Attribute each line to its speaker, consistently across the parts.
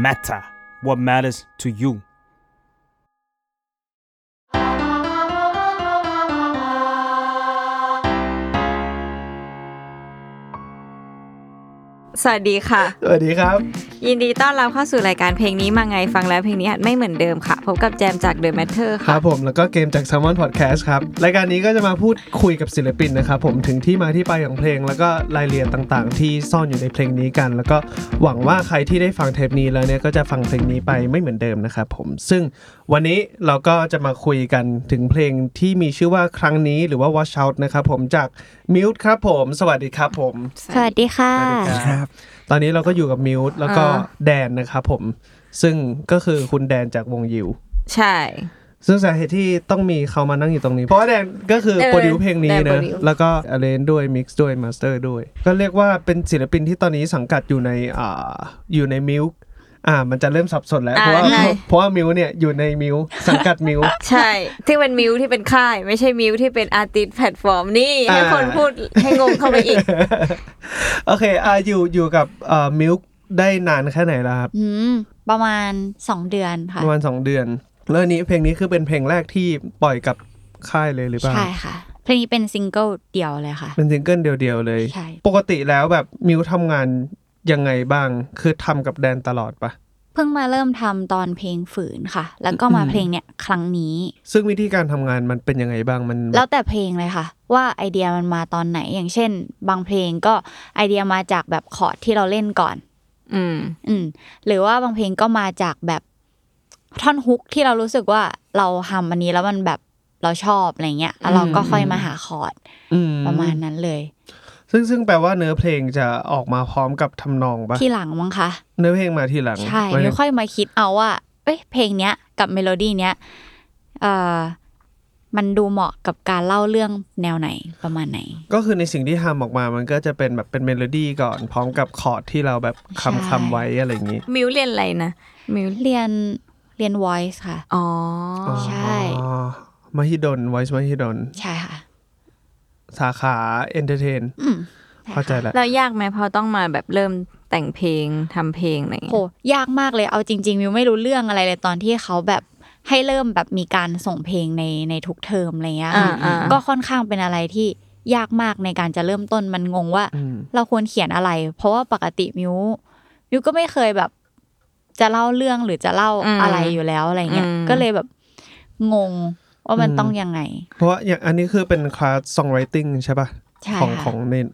Speaker 1: matter what matters to you
Speaker 2: สวัสดีค่ะ
Speaker 3: สวัสดีครับ
Speaker 2: ยินดีต้อนรับเข้าสู่รายการเพลงนี้มาไงฟังแล้วเพลงนี้อาจไม่เหมือนเดิมค่ะพบกับแจมจาก The Matter
Speaker 3: ค่ะครับผมแล้วก็เกมจาก Salmon Podcast ครับรายการนี้ก็จะมาพูดคุยกับศิลปินนะครับผมถึงที่มาที่ไปของเพลงแล้วก็รายละเอียดต่างๆที่ซ่อนอยู่ในเพลงนี้กันแล้วก็หวังว่าใครที่ได้ฟังเทปนี้แล้วเนี่ยก็จะฟังเพลงนี้ไปไม่เหมือนเดิมนะครับผมซึ่งวันนี้เราก็จะมาคุยกันถึงเพลงที่มีชื่อว่าครั้งนี้หรือว่า Watch Out นะครับผมจาก Mute ครับผมสวัสดีครับผม
Speaker 4: สวัสดีค่ะ
Speaker 3: ครับตอนนี้เราก็อยู่กับ Mute แล้วก็แดนนะครับผมซึ่งก็คือคุณแดนจากวงยิว
Speaker 2: ใช่
Speaker 3: ซึ่งสาเหตุที่ต้องมีเขามานั่งอยู่ตรงนี้เพราะว่าแดนก็คือโปรดิวเพลงนี้นะแล้วก็อาเรนด้วยมิกซ์ด้วยมาสเตอร์ด้วยก็เรียกว่าเป็นศิลปินที่ตอนนี้สังกัดอยู่ในมิวมันจะเริ่มสับสนแล้วเพราะว่ามิวเนี่ยอยู่ในมิวสังกัดมิว
Speaker 2: ใช่ที่เป็นมิวที่เป็นค่ายไม่ใช่มิวที่เป็นอาร์ติสต์แพลตฟอร์มนี่ให้คนพูดให้งงเข้าไปอีก
Speaker 3: โอเคอยู่กับมิวได้นานแค่ไหนแล้วครับ
Speaker 4: ประมาณ2เดือนค่ะ
Speaker 3: ประมาณ2เดือนแล้วนี้เพลงนี้คือเป็นเพลงแรกที่ปล่อยกับค่ายเลยหรือเปล่า
Speaker 4: ใช่ค่ะเพลงนี้เป็นซิงเกิลเดี่ยวเลยค่ะ
Speaker 3: เป็นซิงเกิลเดี่ยวๆเลยปกติแล้วแบบมิวทำงานยังไงบ้างคือทำกับแดนตลอดปะ
Speaker 4: เพิ่งมาเริ่มทำตอนเพลงฝืนค่ะแล้วก็มาเพลงเนี่ยครั้งนี้
Speaker 3: ซึ่งวิธีการทำงานมันเป็นยังไงบ้างมัน
Speaker 4: แล้วแต่เพลงเลยค่ะว่าไอเดียมันมาตอนไหนอย่างเช่นบางเพลงก็ไอเดียมาจากแบบคอร์ดที่เราเล่นก่อนหรือว่าบางเพลงก็มาจากแบบท่อนฮุกที่เรารู้สึกว่าเราทำอันนี้แล้วมันแบบเราชอบอะไรเงี้ยแล้วเราก็ค่อยมาหาคอร์ดประมาณนั้นเลย
Speaker 3: ซึ่งแปลว่าเนื้อเพลงจะออกมาพร้อมกับทำนองปะ
Speaker 4: ที่หลังมั้งคะ
Speaker 3: เนื้อเพลงมาที่หลัง
Speaker 4: ใช่ไม่ค่อยมาคิดเอาว่าเอ้ยเพลงเนี้ยกับเมโลดี้เนี้ยมันดูเหมาะกับการเล่าเรื่องแนวไหนประมาณไหน
Speaker 3: ก็คือในสิ่งที่ทำออกมามันก็จะเป็นแบบเป็นเมโลดี้ก่อนพร้อมกับคอร์ดที่เราแบบคำไว้อะไรอย่างงี้
Speaker 2: มิวเรียนอะไรนะ
Speaker 4: มิวเรียน voice ค่ะ
Speaker 2: อ๋อ
Speaker 4: ใช่
Speaker 3: มหิดล voice มหิดล
Speaker 4: ใช่ค่ะ
Speaker 3: สาขา entertain เข้าใจแล้ว
Speaker 2: แล้วยากไหมพอต้องมาแบบเริ่มแต่งเพลงทำเพลงอะไร
Speaker 4: โหยากมากเลยเอาจริงๆมิวไม่รู้เรื่องอะไรเลยตอนที่เขาแบบให้เริ่มแบบมีการส่งเพลงในทุกเทอมอะไรเงี้ยก็ค่อนข้างเป็นอะไรที่ยากมากในการจะเริ่มต้นมันงงว่าเราควรเขียนอะไรเพราะว่าปกติมิวก็ไม่เคยแบบจะเล่าเรื่องหรือจะเล่าอะไรอยู่แล้วอะไรเงี้ยก็เลยแบบงงว่ามันต้องยังไง
Speaker 3: เพราะว่าอย่างอันนี้คือเป็นคลาส songwriting ใช่ป่ะของเมน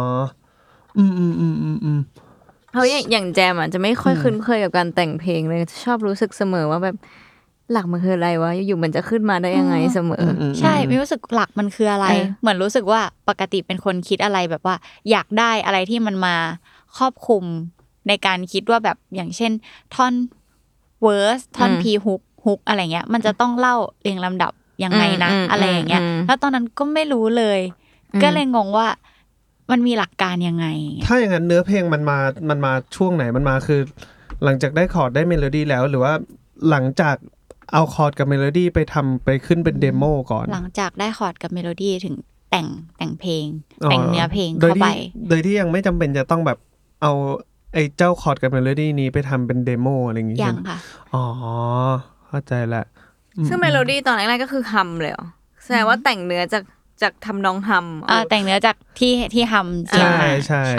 Speaker 2: เพราะอย่างแจมจะไม่ค่อยคุ้นเคยกับการแต่งเพลงเลยชอบรู้สึกเสมอว่าแบบหลักมันคืออะไรวะอยู่มันจะขึ้นมาได้ยังไงเสมอ
Speaker 4: ใช่มิวรู้สึกหลักมันคืออะไรเหมือนรู้สึกว่าปกติเป็นคนคิดอะไรแบบว่าอยากได้อะไรที่มันมาครอบคลุมในการคิดว่าแบบอย่างเช่นท่อนเวิร์สท่อนพีฮุกอะไรเงี้ยมันจะต้องเล่าเรียงลำดับยังไงนะอะไรอย่างเงี้ยแล้วตอนนั้นก็ไม่รู้เลยก็เลยงงว่ามันมีหลักการยังไง
Speaker 3: ถ้าอย่างนั้นเนื้อเพลงมันมาช่วงไหนมันมาคือหลังจากได้คอร์ดได้เมโลดี้แล้วหรือว่าหลังจากเอาคอร์ดกับเมโลดี้ไปขึ้นเป็นเดโมก่อน
Speaker 4: หลังจากได้คอร์ดกับเมโลดี้ถึงแต่งเพลงแต่งเนื้อเพลงเข้าไป
Speaker 3: โดยที่ยังไม่จำเป็นจะต้องแบบเอาไอ้เจ้าคอร์ดกับเมโลดี้นี้ไปทำเป็นเดโมอะไรอย่างงี้
Speaker 4: ยังค่ะ
Speaker 3: อ๋อเข้าใจละ
Speaker 2: ซึ่งเมโลดี้ตอนแรกๆก็คือฮัมเลยเหรอแสดงว่าแต่งเนื้อจากทำนองฮัม
Speaker 4: แต่งเนื้อจากที่ฮัม
Speaker 3: ใช่ใช่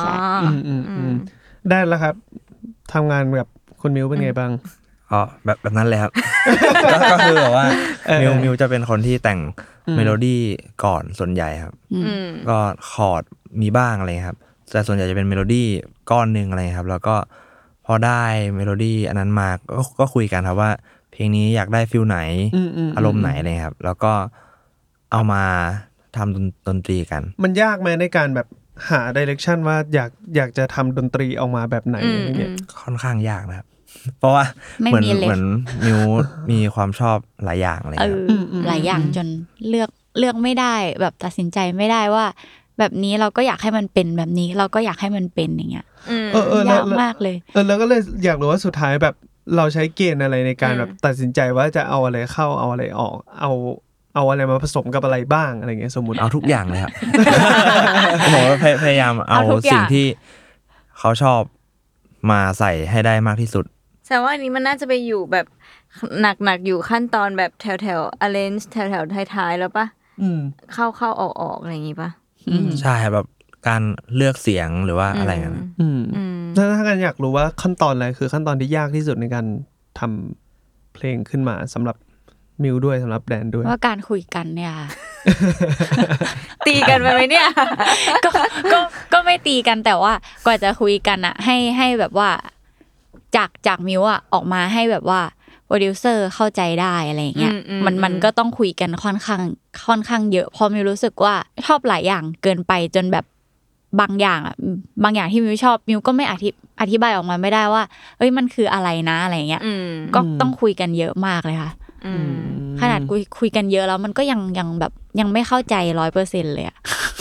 Speaker 3: ได้แล้วครับทำงานกับคุณมิวเป็นไงบ้าง
Speaker 5: แบบนั้นเลยครับ ก็คือแบบว่ามิวจะเป็นคนที่แต่งเมโลดี้ก่อนส่วนใหญ่ครับก็คอร์ดมีบ้างอะไรครับแต่ส่วนใหญ่จะเป็นเมโลดี้ก้อนนึงอะไรครับแล้วก็พอได้เมโลดี้อันนั้นมาก็คุยกันครับว่าเพลงนี้อยากได้ฟีลไหนอารมณ์ไหนอะไรครับแล้วก็เอามาทำดนตรีกัน
Speaker 3: มันยากไหมในการแบบหาดิเรกชันว่าอยากจะทำดนตรีออกมาแบบไหนอะไรเงี้ย
Speaker 5: ค่อนข้างยากนะครับเพราะว่าเหมือนมิวมีความชอบหลายอย่างอะไร
Speaker 4: หลายอย่างจนเลือกไม่ได้แบบตัดสินใจไม่ได้ว่าแบบนี้เราก็อยากให้มันเป็นแบบนี้เราก็อยากให้มันเป็นอย่างเงี้ยยากมากเลย
Speaker 3: แล้วก็เลยอยากรู้ว่าสุดท้ายแบบเราใช้เกณฑ์อะไรในการแบบตัดสินใจว่าจะเอาอะไรเข้าเอาอะไรออกเอาอะไรมาผสมกับอะไรบ้างอะไรเงี้ยสมมุติ
Speaker 5: เอาทุกอย่างเลยครับผมพยายามเอาสิ่งที่เขาชอบมาใส่ให้ได้มากที่สุด
Speaker 2: แต่ว่าอันนี้มันน่าจะไปอยู่แบบหนักๆอยู่ขั้นตอนแบบแถวๆ arrange แถวๆท้ายๆแล้วปะเข้าออกอะไรอย่างงี้ปะ
Speaker 5: ใช่แบบการเลือกเสียงหรือว่าอะไรกัน
Speaker 3: ถ้ากันอยากรู้ว่าขั้นตอนอะไรคือขั้นตอนที่ยากที่สุดในการทำเพลงขึ้นมาสำหรับมิวด้วยสำหรับแดนด้วย
Speaker 4: ว่าการคุยกันเนี่ย
Speaker 2: ตีกันไปไหมเนี่ย
Speaker 4: ก็ไม่ตีกันแต่ว่ากว่าจะคุยกันอ่ะให้แบบว่าจากมิวอ่ะออกมาให้แบบว่าโปรดิวเซอร์เข้าใจได้อะไรอย่างเงี้ยมันก็ต้องคุยกันค่อนข้างเยอะพอมิวรู้สึกว่าชอบหลายอย่างเกินไปจนแบบบางอย่างที่มิวชอบมิวก็ไม่อธิบายออกมาไม่ได้ว่าเอ้ยมันคืออะไรนะอะไรเงี้ยก็ต้องคุยกันเยอะมากเลยค่ะขนาดคุยกันเยอะแล้วมันก็ยังแบบยังไม่เข้าใจ 100% เลยอ่ะ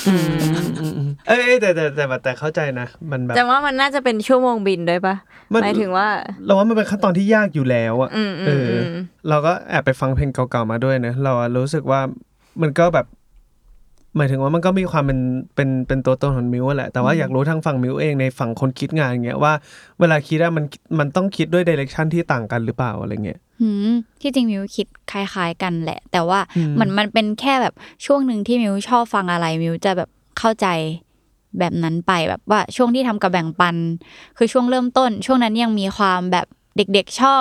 Speaker 3: แต่เข้าใจนะมันแบบ
Speaker 2: แต่ว่ามันน่าจะเป็นชั่วโมงบินด้วยปะหมายถึงว่า
Speaker 3: เราว่ามันเป็นขั้นตอนที่ยากอยู่แล้วอ่ะเราก็แอบไปฟังเพลงเก่าๆมาด้วยนะเรารู้สึกว่ามันก็แบบหมายถึงว่ามันก็มีความเป็นตัวตนของมิวแหละแต่ว่าอยากรู้ทางฝั่งมิวเองในฝั่งคนคิดงานอย่างเงี้ยว่าเวลาคิดอะมันต้องคิดด้วยไดเรคชั่นที่ต่างกันหรือเปล่าอะไรเงี้ย
Speaker 4: ที่จริงมิวคิดคล้ายๆกันแหละแต่ว่ามันเป็นแค่แบบช่วงนึงที่มิวชอบฟังอะไรมิวจะแบบเข้าใจแบบนั้นไปแบบว่าช่วงที่ทำกับแบ่งปันคือช่วงเริ่มต้นช่วงนั้นยังมีความแบบเด็กๆชอบ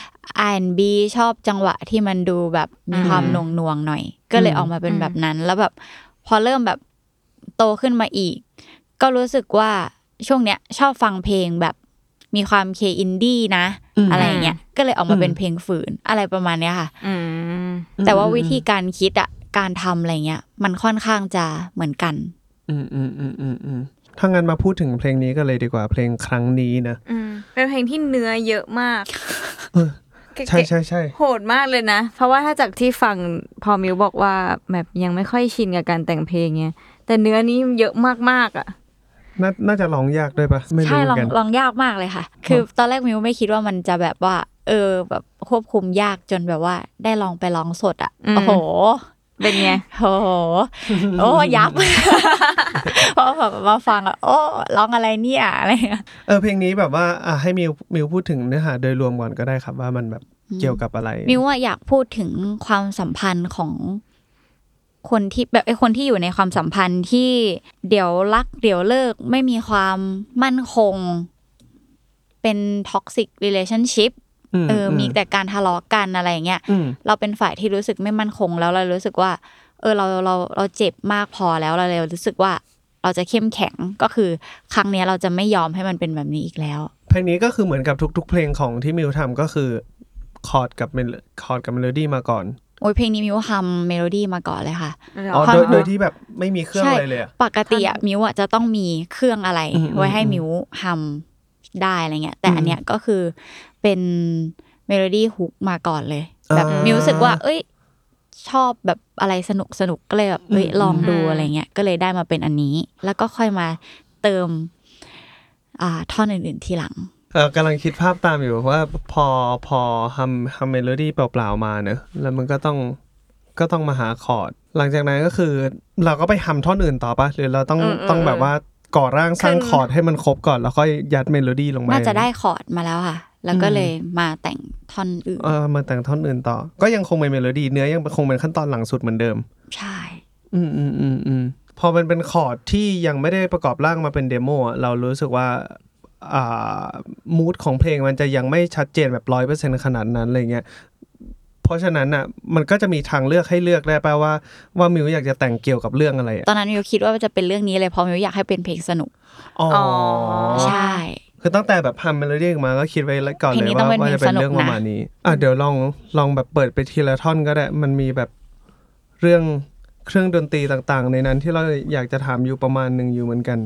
Speaker 4: R&B ชอบจังหวะที่มันดูแบบมีความหน่วงๆหน่อยก็เลยออกมาเป็นแบบนั้นแล้วแบบพอเริ่มแบบโตขึ้นมาอีกก็รู้สึกว่าช่วงเนี้ยชอบฟังเพลงแบบมีความเคอินดี้นะอะไรเงี้ยก็เลยออกมาเป็นเพลงฝืนอะไรประมาณเนี้ยค่ะแต่ว่าวิธีการคิดอ่ะการทำอะไรเงี้ยมันค่อนข้างจะเหมือนกัน
Speaker 3: ถ้างั้นมาพูดถึงเพลงนี้กันเลยดีกว่าเพลงครั้งนี้นะ
Speaker 2: เป็นเพลงที่เนื้อเยอะมาก
Speaker 3: ใช่
Speaker 2: โหดมากเลยนะเพราะว่าถ้าจากที่ฟังพอมิวบอกว่าแบบยังไม่ค่อยชินกับการแต่งเพลงไงแต่เนื้อนี้เยอะมากๆอ่ะ
Speaker 3: น่าจะร้องยากด้วยปะไม่รู้
Speaker 4: ใช่ร้องยากมากเลยค่ะคือตอนแรกมิวไม่คิดว่ามันจะแบบว่าแบบควบคุมยากจนแบบว่าได้ลองไปร้องสดอ่ะโอ้โห
Speaker 2: เป็นไง
Speaker 4: โอ้ยับพอแบบมาฟังอ่ะโอ้ร้องอะไรเนี่ยอะไร
Speaker 3: เพลงนี้แบบว่าให้มิวพูดถึงเนื้อหาโดยรวมก่อนก็ได้ครับว่ามันแบบเกี่ยวกับอะไร
Speaker 4: มิวว่าอยากพูดถึงความสัมพันธ์ของคนที่แบบคนที่อยู่ในความสัมพันธ์ที่เดี๋ยวรักเดี๋ยวเลิกไม่มีความมั่นคงเป็น toxic relationship มีแต่การทะเลาะกันอะไรอย่างเงี้ยเราเป็นฝ่ายที่รู้สึกไม่มั่นคงแล้วเรารู้สึกว่าเราเจ็บมากพอแล้วเราเลยรู้สึกว่าเราจะเข้มแข็งก็คือครั้งนี้เราจะไม่ยอมให้มันเป็นแบบนี้อีกแล้ว
Speaker 3: เพลงนี้ก็คือเหมือนกับทุกๆเพลงของที่มิวทำก็คือคอร์ดกับเมโลดี้มาก่อน
Speaker 4: โอ้ยเพลงนี้มิวทำเมโลดี้มาก่อนเลยค่ะ
Speaker 3: โดยที่แบบไม่มีเครื่องอะไรเลย
Speaker 4: ปกติมิวจะต้องมีเครื่องอะไรไว้ให้มิวทำได้อะไรเงี้ยแต่อันเนี้ยก็คือเป็นเมโลดี้ฮุกมาก่อนเลยแบบมิวรู้สึกว่าชอบแบบอะไรสนุกก็เลยแบบลองดูอะไรเงี้ยก็เลยได้มาเป็นอันนี้แล้วก็ค่อยมาเติมท่อนอื่นๆทีหลัง
Speaker 3: กำลังคิดภาพตามอยู่ว่าพอทำเมโลดี้เปล่าๆมาเนอะแล้วมันก็ต้องมาหาคอร์ดหลังจากนั้นก็คือเราก็ไปทำท่อนอื่นต่อปะหรือเราต้องแบบว่าก่อร่างสร้างคอร์ดให้มันครบก่อนแล้วค่อยยัดเมโลดี้ลงไป
Speaker 4: น่าจะได้คอร์ดมาแล้วค่ะแล้วก็เลยมาแต่งท่อนอื่น
Speaker 3: มาแต่งท่อนอื่นต่อก็ยังคงเป็นเมโลดี้เนื้อยังคงเป็นขั้นตอนหลังสุดเหมือนเดิม
Speaker 4: ใช่
Speaker 3: พอมันเป็นคอร์ดที่ยังไม่ได้ประกอบร่างมาเป็นเดโมเรารู้สึกว่ามูดของเพลงมันจะยังไม่ชัดเจนแบบ 100% ขนาดนั้นอะไรเงี้ยเพราะฉะนั้นน่ะมันก็จะมีทางเลือกให้เลือกได้ป่ะว่ามิวอยากจะแต่งเกี่ยวกับเรื่องอะไร
Speaker 4: ตอนนั้นมิวคิดว่าจะเป็นเรื่องนี้เลยเพราะมิวอยากให้เป็นเพลงสนุกใช่
Speaker 3: คือตั้งแต่แบบทำเมโลดี้มาก็คิดไว้ก่อนเลยว่าจะเป็นเรื่องประมาณนี้เดี๋ยวลองแบบเปิดไปทีละท่อนก็ได้มันมีแบบเรื่องเครื่องดนตรีต่างๆในนั้นที่เราอยากจะถามอยู่ประมาณนึงอยู่เหมือนกัน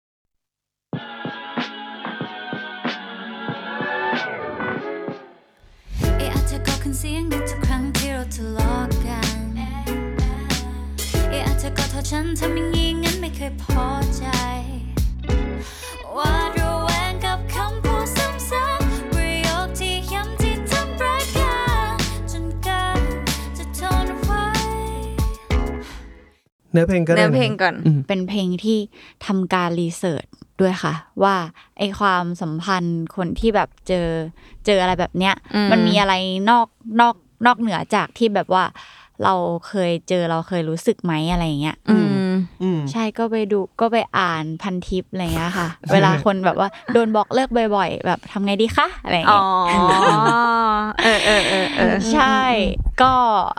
Speaker 6: เสียงนึกทุกครั้งที่เราทะเลาะกันอาจจะก็เท่าฉันทำอย่างงี้งั้นไม่เคยพอใจว่าระแวงกับคำพูดซ้ำๆประโยคที่ย้ำที่ทำร้ายกันจนเกินจะทนไว้
Speaker 3: เนื้อเพลงก่อน
Speaker 4: เป็นเพลงที่ทำการรีเสิร์ชด้วยค่ะว่าไอความสัมพันธ์คนที่แบบเจออะไรแบบเนี้ยมันมีอะไรนอกเหนือจากที่แบบว่าเราเคยเจอเราเคยรู้สึกไหมอะไรอย่างเงี้ยใช่ก็ไปดูก็ไปอ่านพันทิปอะไรเงี้ยค่ะ เวลาคนแบบว่าโดนบอกเลิกบ่อยๆแบบทำไงดีคะอะไรอย่างเงี้ยใช่ก็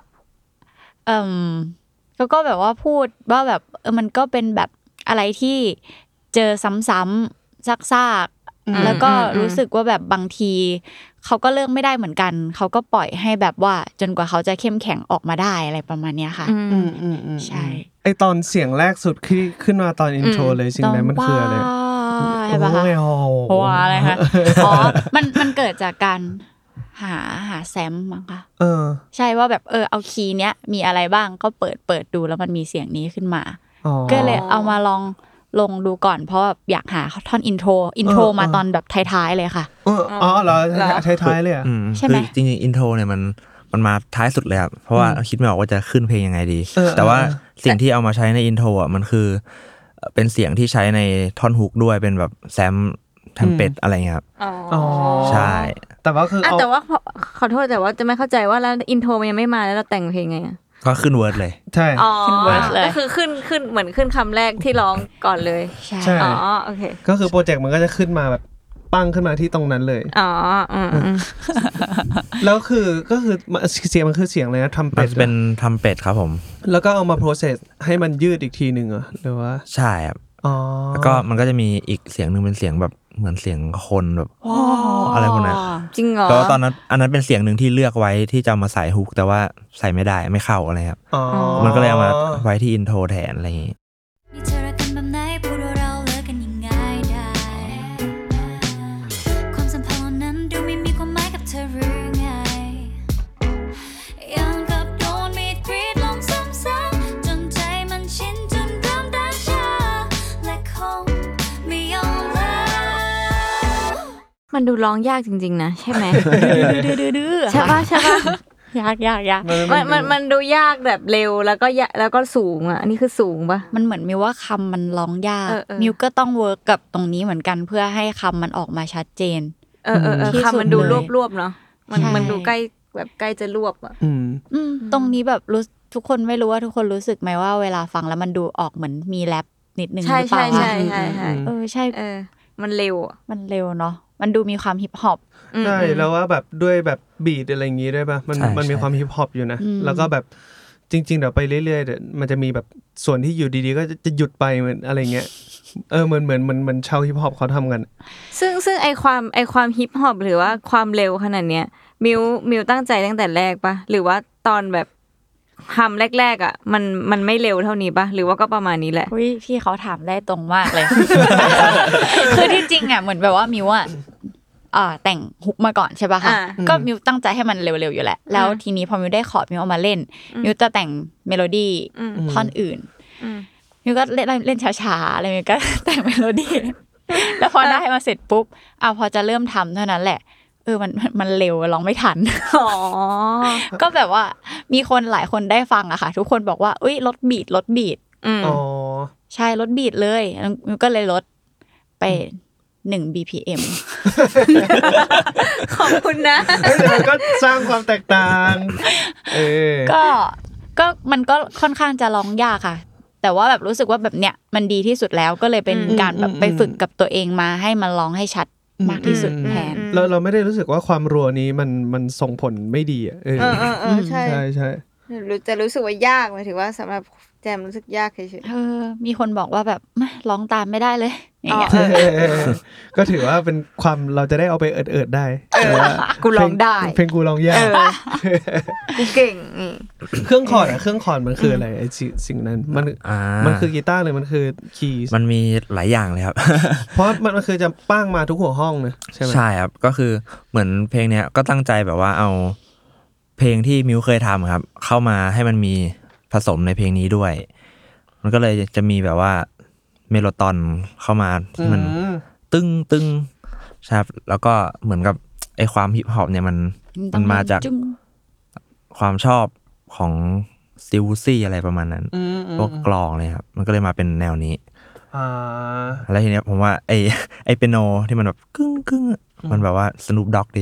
Speaker 4: ก็แบบว่าพูดว่าแบบมันก็เป็นแบบอะไรที่เจอซ้ำๆซากๆแล้วก็รู้สึกว่าแบบบางทีเขาก็เลิกไม่ได้เหมือนกันเขาก็ปล่อยให้แบบว่าจนกว่าเขาจะเข้มแข็งออกมาได้อะไรประมาณเนี้ยค่ะใช่
Speaker 3: ไอตอนเสียงแรกสุดที่ขึ้นมาตอนอินโทรเลยสิ่งนั้นมันคืออะไร
Speaker 4: ใช่ป่ะคะว้าอะไรคะมันเกิดจากการหาแซมมั้งคะใช่ว่าแบบเอาคีย์เนี้ยมีอะไรบ้างก็เปิดดูแล้วมันมีเสียงนี้ขึ้นมาก็เลยเอามาลงดูก่อนเพราะแบบอยากหาท่อนอินโทรมาตอนแบบท้ายๆเลยค่ะ
Speaker 3: เหรอท้ายๆเลย
Speaker 4: ใช่ไหม
Speaker 5: จริงๆอินโทรเนี่ยมันมาท้ายสุดเลยครับเพราะว่าคิดไม่ออกว่าจะขึ้นเพลงยังไงดีแต่ว่าสิ่งที่เอามาใช้ในอินโทรอ่ะมันคือเป็นเสียงที่ใช้ในท่อนฮุกด้วยเป็นแบบแซมทำเป็ดอะไรเงี้ยครับใช่
Speaker 3: แต่ว่าคือ
Speaker 2: แต่ว่าขอโทษแต่ว่าจะไม่เข้าใจว่าแล้วอินโทรมันยังไม่มาแล้วเราแต่งเพลงไง
Speaker 5: ก็ขึ้นเวิร์ดเลย
Speaker 3: ใช่
Speaker 2: ขึ้นเวิร์ดเลยก็คือขึ้นเหมือนขึ้นคำแรกที่ร้องก่อนเลย
Speaker 3: ใช่
Speaker 2: โอเค
Speaker 3: ก็คือโปรเจกต์มันก็จะขึ้นมาแบบปั้งขึ้นมาที่ตรงนั้นเลยแล้วคือก็คือเสียงมันคือเสียงอะไรนะทำเป็ด
Speaker 5: เป็นทำเป็ดครับผม
Speaker 3: แล้วก็เอามา process ให้มันยืดอีกทีนึงเหรอหรือว่า
Speaker 5: ใช่ครับแล้วก็มันก็จะมีอีกเสียงนึงเป็นเสียงแบบเหมือนเสียงคนแบบอะไรพวกนั้น
Speaker 2: จริงเหรอ
Speaker 5: แต่ว่าตอนนั้นอันนั้นเป็นเสียงนึงที่เลือกไว้ที่จะมาใส่ฮุกแต่ว่าใส่ไม่ได้ไม่เข้าอะไรครับมันก็เลยเอามาไว้ที่อินโทรแทนอะไรอย่างงี้
Speaker 2: มันดูร้องยากจริงๆนะใช่ไหมใช่ป่ะยากมันดูยากแบบเร็วแล้วก็สูงอ่ะอันนี้คือสูงป่ะ
Speaker 4: มันเหมือนมีว่าคำมันร้องยากมิวก็ต้องเวิร์กกับตรงนี้เหมือนกันเพื่อให้คำมันออกมาชัดเจน
Speaker 2: คำมันดูรวบๆเนาะมันดูใกล้แบบใกล้จะรวบอ่ะ
Speaker 4: ตรงนี้แบบรู้ทุกคนไม่รู้ว่าทุกคนรู้สึกไหมว่าเวลาฟังแล้วมันดูออกเหมือนมีแรปนิดนึงหรือเปล่า
Speaker 2: ใช่
Speaker 4: ใช่
Speaker 2: มันเร็ว
Speaker 4: เนาะมันดูมีความฮิปฮอป
Speaker 3: ใช่แล้วว่าแบบด้วยแบบบีทอะไรอย่างงี้ด้วยป่ะมันมีความฮิปฮอปอยู่นะแล้วก็แบบจริงๆเดี๋ยวไปเรื่อยๆมันจะมีแบบส่วนที่อยู่ดีๆก็จะหยุดไปเหมือนอะไรเงี้ยเหมือนชาวฮิปฮอปเขาทำกัน
Speaker 2: ซึ่งไอความฮิปฮอปหรือว่าความเร็วขนาดเนี้ยมิวตั้งใจตั้งแต่แรกป่ะหรือว่าตอนแบบทำแรกๆอ่ะมันไม่เร็วเท่านี้ป่ะหรือว่าก็ประมาณนี้แหละ
Speaker 4: พี่เขาถามได้ตรงมากเลย คือที่จริงอ่ะเหมือนแบบว่ามิวอ่ะแต่งฮุกมาก่อนใช่ป่ะคะก็มิวตั้งใจให้มันเร็วๆอยู่แหละแล้วทีนี้พอมิวได้คอร์ดมิวเอามาเล่นมิวจะแต่งเมโลดี้ท่อนอื่นมิวก็เล่นช้าๆอะไรมิวก็แต่งเมโลดี้แล้วพอได้มาเสร็จปุ๊บพอจะเริ่มทำเท่านั้นแหละมันเร็วร้องไม่ทันก็แบบว่ามีคนหลายคนได้ฟังอะค่ะทุกคนบอกว่าอุ้ยลดบีทใช่ลดบีทเลยมิวก็เลยลดไป1 BPM
Speaker 2: ขอบคุณนะ
Speaker 3: มันก็สร้างความแตกต่าง
Speaker 4: ก็มันก็ค่อนข้างจะร้องยากค่ะแต่ว่าแบบรู้สึกว่าแบบเนี้ยมันดีที่สุดแล้วก็เลยเป็นการแบบไปฝึกกับตัวเองมาให้มันร้องให้ชัดมากที่สุดแทน
Speaker 3: เราไม่ได้รู้สึกว่าความรัวนี้มันส่งผลไม่ดีอ่ะ
Speaker 2: ใช่จะรู้สึกว่ายากหมายถึงว่าสำหรับแจมรู้สึกยากเฉย
Speaker 4: ๆมีคนบอกว่าแบบร้องตามไม่ได้เลยอย่างเงี้ย
Speaker 3: ก็ถือว่าเป็นความเราจะได้เอาไปเอิดได้
Speaker 2: กูร้องได้
Speaker 3: เพลงกูร้องยาก
Speaker 2: กูเก่ง
Speaker 3: เครื่องคอร์ดมันคืออะไรไอ้สิ่งนั้นมันคือกีตาร์เลยมันคือคีย์
Speaker 5: มันมีหลายอย่างเลยครับ
Speaker 3: เพราะมันคือจะปั้งมาทุกหัวห้องนะใช่ไหม
Speaker 5: ใช่ครับก็คือเหมือนเพลงเนี้ยก็ตั้งใจแบบว่าเอาเพลงที่มิวเคยทำครับเข้ามาให้มันมีผสมในเพลงนี้ด้วยมันก็เลยจะมีแบบว่าเมโลตอนเข้ามาที่มันตึ้งใช่ครับแล้วก็เหมือนกับไอ้ความฮิปฮอปเนี่ยมันมาจากความชอบของซิลซี่อะไรประมาณนั้นพวกกลองเลยครับมันก็เลยมาเป็นแนวนี้แล้วทีเนี้ยผมว่าไอเปียโนที่มันแบบกึ้งมันแบบว่าสนูปด็อกดี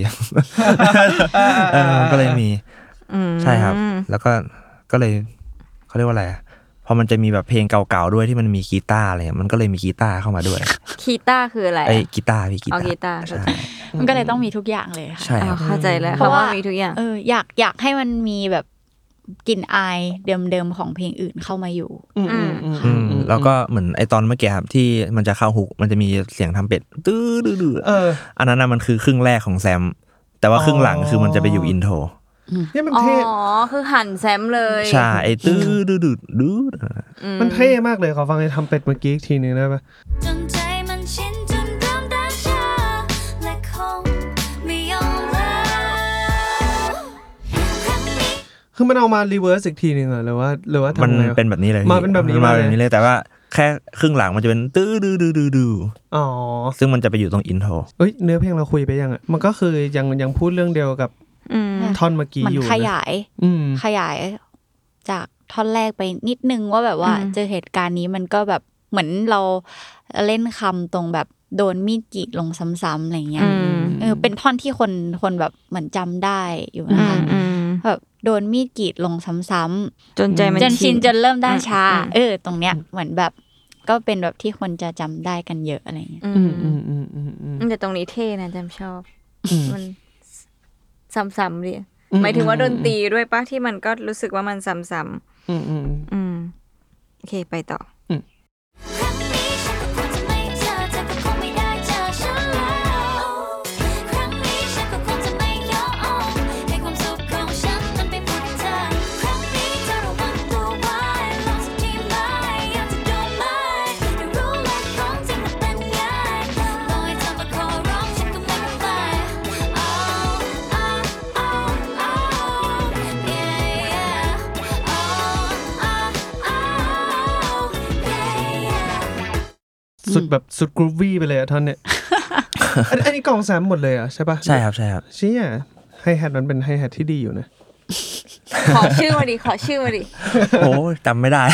Speaker 5: ก็เลยมีใช่ครับแล้วก็เลยเขาเรียกว่าอะไรพอมันจะมีแบบเพลงเก่าๆด้วยที่มันมีกีตาร์อะไรมันก็เลยมีกีตาร์เข้ามาด้วย
Speaker 2: กีตาร์คืออะไร
Speaker 5: ไอ้กีตาร์
Speaker 2: กีตาร์
Speaker 5: ใช่
Speaker 4: มันก็เลยต้องมีทุกอย่างเลยค่ะ
Speaker 5: ใช่
Speaker 2: เข้าใจแล้วเพราะว่ามีทุกอย่าง
Speaker 4: อยากให้มันมีแบบกลิ่นอายเดิมๆของเพลงอื่นเข้ามาอยู่
Speaker 5: แล้วก็เหมือนไอตอนเมื่อกี้ครับที่มันจะเข้าฮุกมันจะมีเสียงทำเป็ดตื้ออันนั้นมันคือครึ่งแรกของแซมแต่ว่าครึ่งหลังคือมันจะไปอยู่อินโทร
Speaker 3: นี่มันเท่
Speaker 2: คือหั่นแซมเลย
Speaker 5: ใช่ไอตื้อ
Speaker 3: มันเท่มากเลยขอฟังไอ้ทำเป็ดเมื่อกี้อีกทีนึงได้ปะ
Speaker 6: จนใจมันชินจนเริ่มด่าชาและคงไม่ยอมแล้ว
Speaker 3: คือมันเอามารีเวิร์สอีกทีนึงหรือว่า
Speaker 5: มันเป็นแบบนี้เลย
Speaker 3: มาเป็นแบบนี้
Speaker 5: เลยแต่ว่าแค่ครึ่งหลังมันจะเป็นตื้อ
Speaker 3: อ๋อ
Speaker 5: ซึ่งมันจะไปอยู่ตรงอินโทร
Speaker 3: เนื้อเพลงเราคุยไปยังอ่ะมันก็คือยังพูดเรื่องเดียวกับท่อนเมื่อกี้อยู่
Speaker 4: มันขยายจากท่อนแรกไปนิดนึงว่าแบบว่าเจอเหตุการณ์นี้มันก็แบบเหมือนเราเล่นคำตรงแบบโดนมีดกรีดลงซ้ำๆอะไรเงี้ยเป็นท่อนที่คนแบบเหมือนจำได้อยู่นะคะแบบโดนมีดกรีดลงซ้ำๆ
Speaker 2: จนใจมัน
Speaker 4: ชินจนเริ่มได้ช้าตรงเนี้ยเหมือนแบบก็เป็นแบบที่คนจะจำได้กันเยอะอะไรเงี้ย
Speaker 2: แต่ตรงนี้เท่นะจำชอบมันซ้ำๆเลยหมายถึงว่าดนตรีด้วยป่ะที่มันก็รู้สึกว่ามันซ้ำๆโอเคไปต่อ
Speaker 3: สุดแบบสุดกรูวี่ไปเลยท่อนเนี่ยอันนี้กองแซมหมดเลยใช่ป่ะ
Speaker 5: ใช่ครับ
Speaker 3: เชี่ยไฮแฮทมันเป็นไฮแฮทที่ดีอยู่นะ
Speaker 2: ขอชื่อมาดิ
Speaker 5: โอ้จำไม่ได้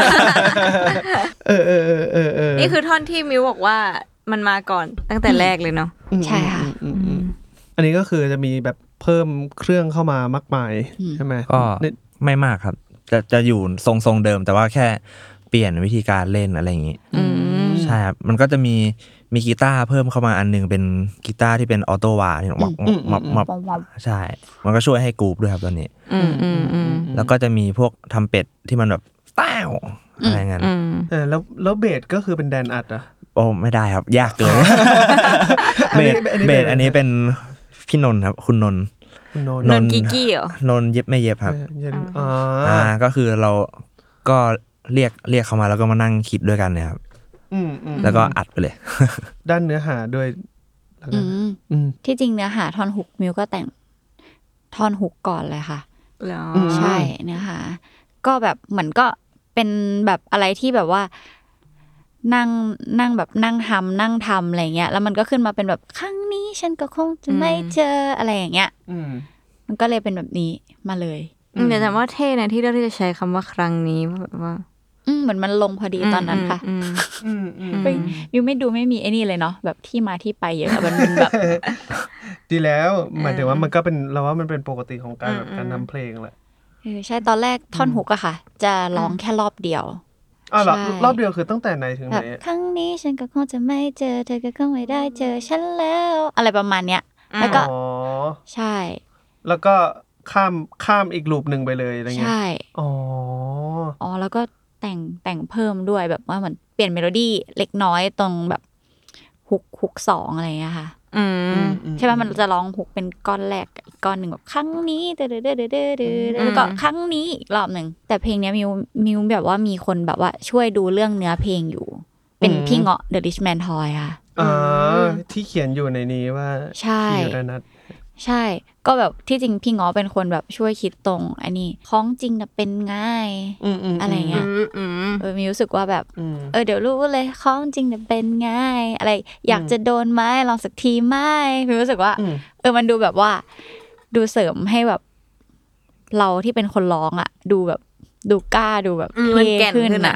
Speaker 2: นี่คือท่อนที่มิวบอกว่ามันมาก่อนตั้งแต่แรกเลยเนาะ
Speaker 4: ใช่ค่ะ
Speaker 3: อันนี้ก็คือจะมีแบบเพิ่มเครื่องเข้ามามากมายใช่ไหม
Speaker 5: ก็ไม่มากครับจะอยู่ทรงเดิมแต่ว่าแค่เปลี่ยนวิธีการเล่นอะไรอย่างงี้ใช่ครับมันก็จะมีกีตาร์เพิ่มเข้ามาอันนึงเป็นกีตาร์ที่เป็นออโต้วาที่มับใช่มันก็ช่วยให้กรูฟด้วยครับตอนนี้แล้วก็จะมีพวกทำเป็ดที่มันแบบต้าวอะไรเงี้ย
Speaker 3: แล้วเบสก็คือเป็นแดนอัด
Speaker 5: โอ้ไม่ได้ครับยากเกินเบสอันนี้เป็นพี่นนท์ครับคุณนนท์
Speaker 2: กี้เหรอน
Speaker 5: นท์เย็บไม่เย็บครับก็คือเราก็เรียกเขามาแล้วก็มานั่งคิดด้วยกันเนี่ยครับแล้วก็อัดไปเลย
Speaker 3: ด้านเนื้อหาด้วย
Speaker 4: ที่จริงเนื้อหาท่อนฮุกมิวก็แต่งท่อนฮุกก่อนเลยค่ะใช่เนื้อหาก็แบบเหมือนก็เป็นแบบอะไรที่แบบว่านั่งแบบนั่งทำอะไรเงี้ยแล้วมันก็ขึ้นมาเป็นแบบครั้งนี้ฉันก็คงจะไม่เจออะไรอย่างเงี้ยมันก็เลยเป็นแบบนี้มาเลย
Speaker 2: แต่ว่าเท่นะที่เราจะใช้คำว่าครั้งนี้แบบว่า
Speaker 4: เหมือนมันลงพอดีตอนนั้นค่ะมิวไม่มีไอ้นี่เลยเนาะแบบที่มาที่ไปเยอะมันเป็นแบบ
Speaker 3: ดีแล้วหมายถึงว่ามันก็เป็นเราว่ามันเป็นปกติของการแบบการทำเพลงแหละ
Speaker 4: ใช่ตอนแรกท่อนฮุกอะค่ะจะร้องแค่รอบเดียว
Speaker 3: รอบเดียวคือตั้งแต่ไหนถึงไหน
Speaker 4: ครั้งนี้ฉันก็คงจะไม่เจอเธอก็คงไม่ได้เจอฉันแล้วอะไรประมาณเนี้ยแล้วก็ใช่
Speaker 3: แล้วก็ข้ามอีกลูปนึงไปเลยอะไรเงี้ย
Speaker 4: ใช่แล้วก็แต่งเพิ่มด้วยแบบว่าเหมือนเปลี่ยนเมโลดี้เล็กน้อยตรงแบบฮุกสองอะไรอย่างเงี้ยค่ะใช่ป่ะมันจะร้องฮุกเป็นก้อนแรกอีกก้อนหนึ่งแบบครั้งนี้เด้อแล้วก็ครั้งนี้อีกรอบนึงแต่เพลงเนี้ยมิวแบบว่ามีคนแบบว่าช่วยดูเรื่องเนื้อเพลงอยู่เป็นพี่เงาะ The Richman Toy ค่ะ
Speaker 3: ที่เขียนอยู่ในนี้ว่า
Speaker 4: พี่ระนัทใช่ก็แบบที่จริงพี่ง้อเป็นคนแบบช่วยคิดตรงอันนี้ของจริงน่ะเป็นง่ายอะไรเงี้ยมีรู้สึกว่าแบบเดี๋ยวรู้เลยของจริงน่ะเป็นง่ายอะไรอยากจะโดนไม้ลองสักทีไหมมีรู้สึกว่ามันดูแบบว่าดูเสริมให้แบบเราที่เป็นคนร้องอ่ะดูแบบดูกล้าดูแบบ
Speaker 2: เท่ขึ้นอ่ะ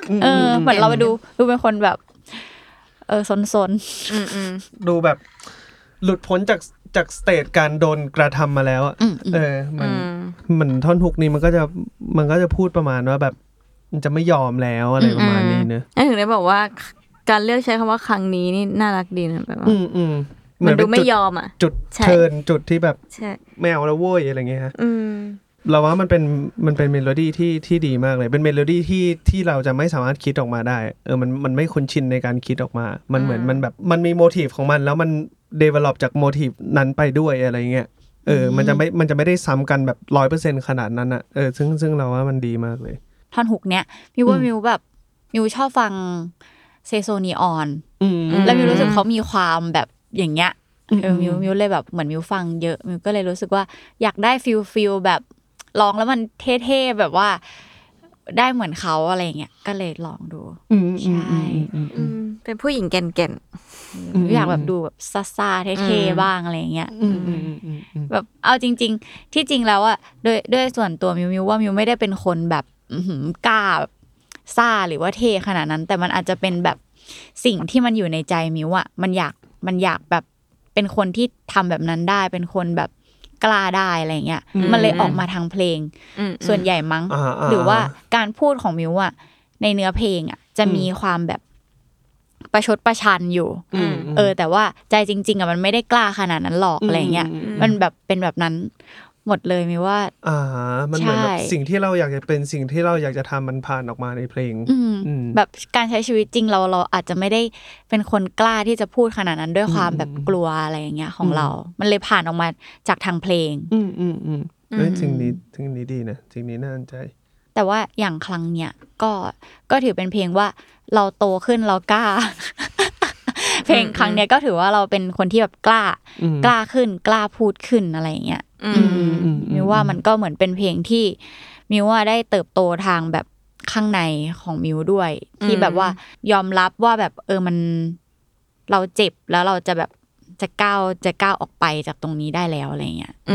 Speaker 4: เหมือนเราไปดูเป็นคนแบบซน
Speaker 3: ดูแบบหลุดพ้นจากสเตจการโดนกระทำมาแล้วอ่ะมันท่อนฮุกนี้มันก็จะพูดประมาณว่าแบบมันจะไม่ยอมแล้วอะไรประมาณนี้เนอะ
Speaker 2: ถึงได้บอกว่าการเลือกใช้คำว่าครั้งนี้นี่น่ารักดีนะแบบว่ามันดูไม่ยอมอ่ะ
Speaker 3: จุดเทิร์นจุดที่แบบไม่เอาแล้วโว้ยอะไรเงี้ยฮะเราว่ามันเป็นเมโลดี้ที่ดีมากเลยเป็นเมโลดี้ที่เราจะไม่สามารถคิดออกมาได้มันไม่คุ้นชินในการคิดออกมามันเหมือนมันแบบมันมีโมทีฟของมันแล้วมัน develop จากโมทีฟนั้นไปด้วยอะไรเงี้ยมันจะไม่ได้ซ้ำกันแบบ 100% ขนาดนั้นอ่ะซึ่งเราว่ามันดีมากเลย
Speaker 4: ท่อนฮุกเนี้ยมิวว่ามิวแบบมิวชอบฟังเซโซนีออนแล้วมิวรู้สึกเขามีความแบบอย่างเงี้ยมิวเลยแบบเหมือนมิวฟังเยอะมิวก็เลยรู้สึกว่าอยากได้ฟิลแบบร้องแล้วมันเท่ๆแบบว่าได้เหมือนเขาอะไรเงี้ยก็เลยลองดูใช่
Speaker 2: เป็นผู้หญิงแก่น
Speaker 4: อยากแบบดูแบบซ่าๆเท่ๆบ้างอะไรเงี้ยแบบเอาจริงๆที่จริงแล้วอะด้วยส่วนตัวมิวว่ามิวไม่ได้เป็นคนแบบกล้าแบบซ่าหรือว่าเท่ขนาดนั้นแต่มันอาจจะเป็นแบบสิ่งที่มันอยู่ในใจมิวอะมันอยากแบบเป็นคนที่ทำแบบนั้นได้เป็นคนแบบกล้าได้อะไรเงี้ยมันเลยออกมาทางเพลงส่วนใหญ่มั้งหรือว่าการพูดของมิวอะในเนื้อเพลงอะจะมีความแบบประชดประชันอยู่แต่ว่าใจจริงๆอะมันไม่ได้กล้าขนาดนั้นหรอกอะไรเงี้ยมันแบบเป็นแบบนั้นหมดเลยมิวว่า
Speaker 3: มันเหมือนแบบสิ่งที่เราอยากจะเป็นสิ่งที่เราอยากจะทำมันผ่านออกมาในเพลง
Speaker 4: แบบการใช้ชีวิตจริงเราอาจจะไม่ได้เป็นคนกล้าที่จะพูดขนาดนั้นด้วยความแบบกลัวอะไรอย่างเงี้ยของเรามันเลยผ่านออกมาจากทางเพลง
Speaker 3: สิ่งนี้ดีนะสิ่งนี้น่าสนใจ
Speaker 4: แต่ว่าอย่างครั้งเนี้ยก็ถือเป็นเพลงว่าเราโตขึ้นเรากล้าเพลงครั้งเนี้ยก็ถือว่าเราเป็นคนที่แบบกล้าขึ้นกล้าพูดขึ้นอะไรอย่างเงี้ยมิวว่ามันก็เหมือนเป็นเพลงที่มิวว่าได้เติบโตทางแบบข้างในของมิวด้วยที่แบบว่ายอมรับว่าแบบมันเราเจ็บแล้วเราจะแบบจะก้าวออกไปจากตรงนี้ได้แล้วอะไรเงี้ย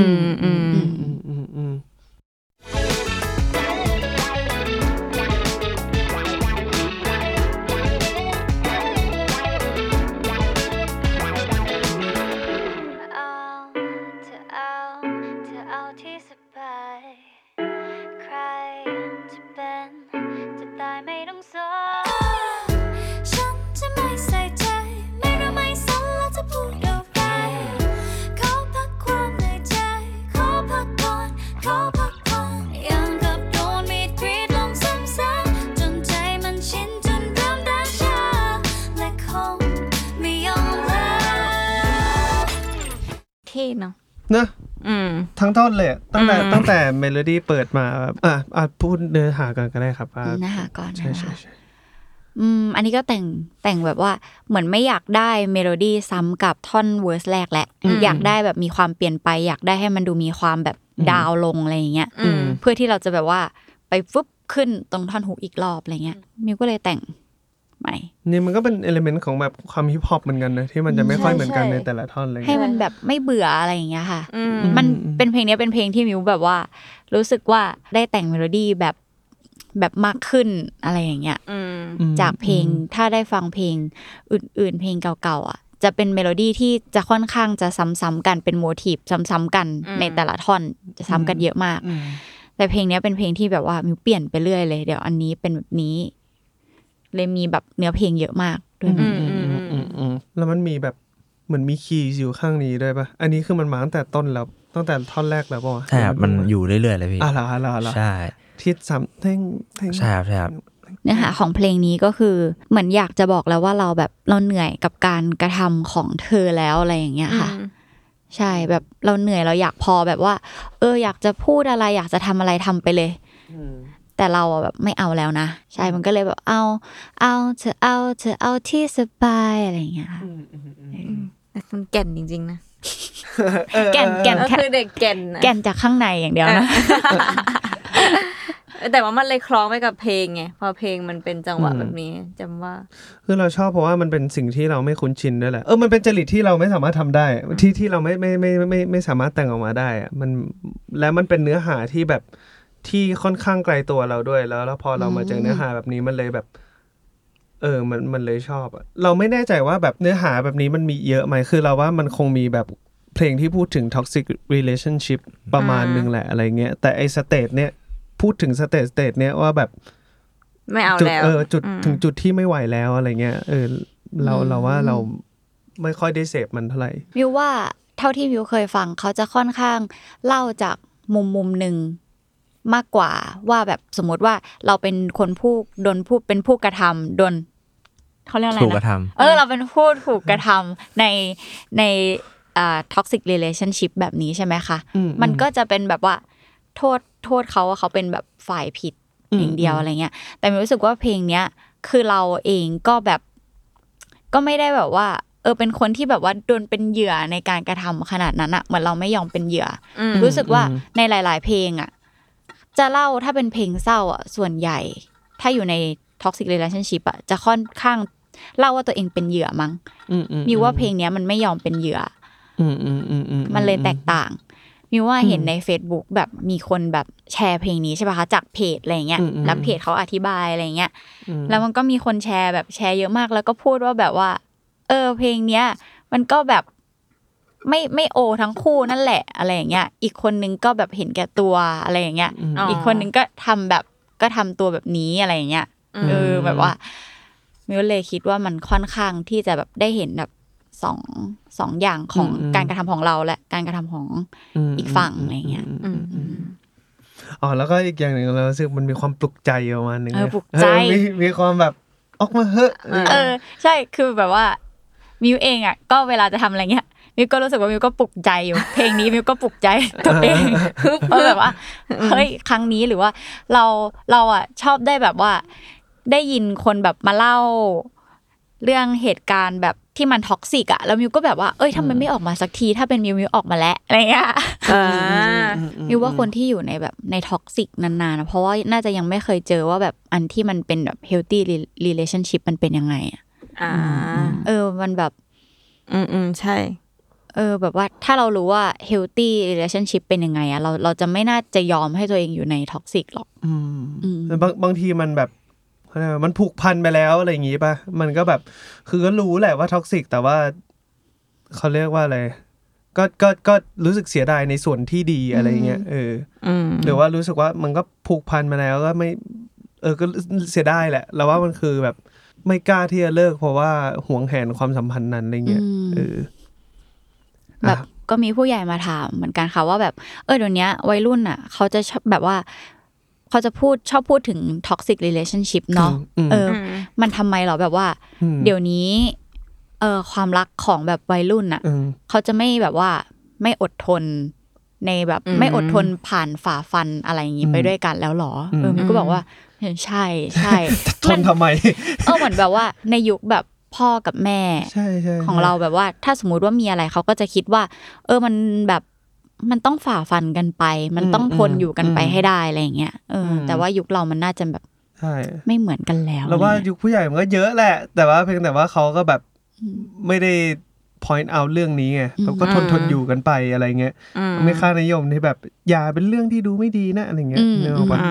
Speaker 3: นะทั้งท่อนเลยตั้งแต่เมโลดี้เปิดมาพูดเนื้อหากันก็ได้ครับ
Speaker 4: เนื้อหาก่อนใช่อันนี้ก็แต่งแบบว่าเหมือนไม่อยากได้เมโลดี้ซ้ำกับท่อนเวอร์สแรกแหละอยากได้แบบมีความเปลี่ยนไปอยากได้ให้มันดูมีความแบบดาวลงอะไรอย่างเงี้ยเพื่อที่เราจะแบบว่าไปฟึบขึ้นตรงท่อนฮุกอีกรอบอะไรเงี้ยมิวก็เลยแต่งใหม่
Speaker 3: นี่มันก็เป็นเอลิเมนต์ของแบบความฮิปฮอปเหมือนกันนะที่มันจะไม่ค่อยเหมือนกันในแต่ละท่อนเลย
Speaker 4: ให้มันแบบไม่เบื่ออะไรอย่างเงี้ยค่ะมันเป็นเพลงนี้เป็นเพลงที่มิวแบบว่ารู้สึกว่าได้แต่งเมโลดี้แบบมากขึ้นอะไรอย่างเงี้ยจากเพลงถ้าได้ฟังเพลงอื่นๆเพลงเก่าๆอ่ะจะเป็นเมโลดี้ที่จะค่อนข้างจะซ้ำๆกันเป็นโมทีฟซ้ำๆกันในแต่ละท่อนจะซ้ำกันเยอะมากแต่เพลงนี้เป็นเพลงที่แบบว่ามิวเปลี่ยนไปเรื่อยเลยเดี๋ยวอันนี้เป็นแบบนี้เลยมีแบบเนื้อเพลงเยอะมากด้วย
Speaker 3: แล้วมันมีแบบเหมือนมีคีย์อยู่ข้างนี้ด้วยป่ะอันนี้คือมันมาตั้งแต่ต้นแล้วตั้งแต่ท่อนแรกแล้วป่ะ
Speaker 5: ใช่ครับมันอยู่เรื่อยๆเลยพี่
Speaker 3: ใช่ทิศซ้ำ
Speaker 5: ใช่ครับ
Speaker 4: เนื้อหาของเพลงนี้ก็คือเหมือนอยากจะบอกแล้วว่าเราแบบเราเหนื่อยกับการกระทำของเธอแล้วอะไรอย่างเงี้ยค่ะใช่แบบเราเหนื่อยเราอยากพอแบบว่าอยากจะพูดอะไรอยากจะทำอะไรทำไปเลยแต่เราแบบไม่เอาแล้วนะใช่มันก็เลยแบบเอาเธอเอาที่สบายอะไรอย่างเงี้ยค่ะ
Speaker 2: มันแก่นจริงๆนะ
Speaker 4: แก่น
Speaker 2: คือเด็กแก่น
Speaker 4: แก่นจากข้างในอย่างเดียวนะ
Speaker 2: แต่ว่ามันเลยคล้องไปกับเพลงไงพอเพลงมันเป็นจังหวะแบบนี้จำว่า
Speaker 3: คือเราชอบเพราะว่ามันเป็นสิ่งที่เราไม่คุ้นชินด้วยแหละมันเป็นจริตที่เราไม่สามารถทำได้ที่เราไม่สามารถแต่งออกมาได้อะมันแล้วมันเป็นเนื้อหาที่แบบที่ค่อนข้างไกลตัวเราด้วยแล้วพอเรามาเจอเนื้อหาแบบนี้มันเลยแบบมันเลยชอบอะเราไม่แน่ใจว่าแบบเนื้อหาแบบนี้มันมีเยอะไหมคือเราว่ามันคงมีแบบเพลงที่พูดถึง toxic relationship ประมาณนึงแหละอะไรเงี้ยแต่ไอ้สเตจเนี้ยพูดถึงสเตจเนี้ยว่าแบบ
Speaker 2: ไม่เอาแล้ว
Speaker 3: จุดถึงจุดที่ไม่ไหวแล้วอะไรเงี้ยเราว่าเราไม่ค่อยได้เสพมันเท่าไหร่
Speaker 4: วิวว่าเท่าที่วิวเคยฟังเขาจะค่อนข้างเล่าจากมุมนึงมากกว่าว่าแบบสมมติว่าเราเป็นคนเป็นผู้กระทำโดนเขาเรียกอะไรนะถูกกระทำเราเป็นผู้ถูกกระทำในtoxic relationship แบบนี้ใช่ไหมคะมันก็จะเป็นแบบว่าโทษเขาว่าเขาเป็นแบบฝ่ายผิดอย่างเดียวอะไรเงี้ยแต่มิวรู้สึกว่าเพลงเนี้ยคือเราเองก็แบบก็ไม่ได้แบบว่าเป็นคนที่แบบว่าโดนเป็นเหยื่อในการกระทำขนาดนั้นอะเหมือนเราไม่ยอมเป็นเหยื่อรู้สึกว่าในหลายๆเพลงอะจะเล่าถ้าเป็นเพลงเศร้าอะส่วนใหญ่ถ้าอยู่ใน toxic relationship อะจะค่อนข้างเล่าว่าตัวเองเป็นเหยื่อมั้งมิวว่าเพลงเนี้ยมันไม่ยอมเป็นเหยื่อมันเลยแตกต่างมิวว่าเห็นใน Facebook แบบมีคนแบบแชร์เพลงนี้ใช่ป่ะคะจากเพจอะไรเงี้ยแล้วเพจเขาอธิบายอะไรเงี้ยแล้วมันก็มีคนแชร์แบบแชร์เยอะมากแล้วก็พูดว่าแบบว่าเพลงเนี้ยมันก็แบบไม่โอทั้งคู่นั่นแหละอะไรอย่างเงี้ยอีกคนนึงก็แบบเห็นแก่ตัวอะไรอย่างเงี้ยอีกคนนึงก็ทำตัวแบบนี้อะไรอย่างเงี้ยแบบว่ามิวเลยคิดว่ามันค่อนข้างที่จะแบบได้เห็นแบบสองอย่างของการกระทำของเราและการกระทำของอีกฝั่งอะไรเงี้ย
Speaker 3: แล้วก็อีกอย่างหนึ่งเรารู้สึกมันมีความปลุกใจประมาณนึง
Speaker 4: ปลุกใจ
Speaker 3: มีความแบบออกมาเฮ้
Speaker 4: ใช่คือแบบว่ามิวเองอ่ะก็เวลาจะทำอะไรเงี้ยมิวก็รู้สึกว่ามิวก็ปลุกใจอยู่เพลงนี้มิวก็ปลุกใจตัวเองเพราะแบบว่าเฮ้ยครั้งนี้หรือว่าเราอ่ะชอบได้แบบว่าได้ยินคนแบบมาเล่าเรื่องเหตุการณ์แบบที่มันท็อกซิกอ่ะแล้วมิวก็แบบว่าทำไมไม่ออกมาสักทีถ้าเป็นมิวออกมาแล้วอะไรเงี้ยมิวว่าคนที่อยู่ในแบบในท็อกซิกนานๆนะเพราะว่าน่าจะยังไม่เคยเจอว่าแบบอันที่มันเป็นแบบ healthy relationship มันเป็นยังไงมันแบบ
Speaker 2: ใช่
Speaker 4: แบบว่าถ้าเรารู้ว่า healthy relationship เป็นยังไงอ่ะเราจะไม่น่าจะยอมให้ตัวเองอยู่ในท็อกซิกหรอก
Speaker 3: บางทีมันแบบมันผูกพันไปแล้วอะไรอย่างงี้ป่ะมันก็แบบคือก็รู้แหละว่าท็อกซิกแต่ว่าเขาเรียกว่าอะไรก็รู้สึกเสียดายในส่วนที่ดีอะไรเงี้ยหรือว่ารู้สึกว่ามันก็ผูกพันมาแล้วก็ไม่ก็เสียดายแหละแล้วว่ามันคือแบบไม่กล้าที่จะเลิกเพราะว่าหวงแหนความสัมพันธ์นั้นอะไรเงี้ย
Speaker 4: แบบก็มีผู้ใหญ่มาถามเหมือนกันค่ะว่าแบบเดี๋ยวนี้วัยรุ่นอ่ะเขาจะแบบว่าเขาจะชอบพูดถึง toxic relationship เนาะมันทำไมหรอแบบว่าเดี๋ยวนี้ความรักของแบบวัยรุ่นน่ะเขาจะไม่แบบว่าไม่อดทนในแบบไม่อดทนผ่านฝ่าฟันอะไรอย่างงี้ไปด้วยกันแล้วหรอมันก็บอกว่าใช่ใช่
Speaker 3: ทนทำไม
Speaker 4: เหมือนแบบว่าในยุคแบบพ่อกับแม่ของเราแบบว่าถ้าสมมุติว่ามีอะไรเขาก็จะคิดว่ามันแบบมันต้องฝ่าฟันกันไปมันต้องทนอยู่กันไปให้ได้อะไรอย่างเงี้ยแต่ว่ายุคเรามันน่าจะแบบไม่เหมือนกันแล้ว
Speaker 3: แล้วว่ายุคผู้ใหญ่มันก็เยอะแหละแต่ว่าเพียงแต่ว่าเขาก็แบบไม่ได้ point out เรื่องนี้ไงเขาก็ทนอยู่กันไปอะไรเงี้ยไม่ค่านิยมที่แบบอย่าเป็นเรื่องที่ดูไม่ดีนะอะไรเงี้ยนึกออกปะ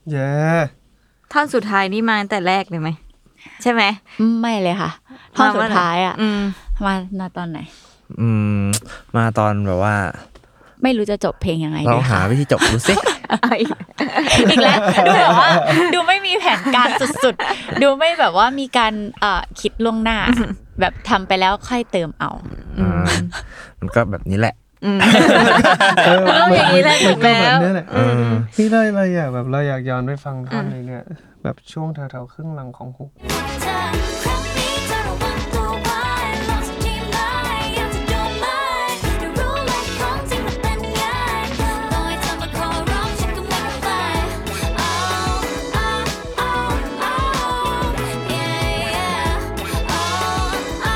Speaker 3: เย้
Speaker 2: ท่อนสุดท้ายนี่มาตั้งแต่แรกเลยไหมใช่ไหม
Speaker 4: ไม่เลยค่ะท่อนสุดท้ายอ่ะ
Speaker 2: อืม
Speaker 4: มาตอนไหน
Speaker 5: มาตอนแบบว่า
Speaker 4: ไม่รู้จะจบเพลงยังไง
Speaker 5: เรา
Speaker 4: ดี
Speaker 5: หา
Speaker 4: ค่ะ
Speaker 5: วิธีจบดูสิ
Speaker 4: อีกแล้วดูแบบว่าดูไม่มีแผนการสุดๆดูไม่แบบว่ามีการคิดล่วงหน้าแบบทำไปแล้วค่อยเติมเอา
Speaker 5: มันก็แบบนี้แหละ
Speaker 2: แล้วอย่างนี้แหละ
Speaker 3: มันก็แบบ
Speaker 2: แล้ว
Speaker 3: นี้แหละนี่เราอยากแบบเราอยากย้อนไปฟังท่อนนี้เนี่ยแบบช่วงแถวๆครึ่งหลังของฮุก
Speaker 6: เธอครั้งนี้เธอระวังตัวไว้ลองสักทีไหมอยากจะโดนไหมได้รู้เลยของจริงมันเป็นไงต่อให้เธอมาขอร้องฉันก็ไม่ไป Oh oh oh oh yeah yeah oh oh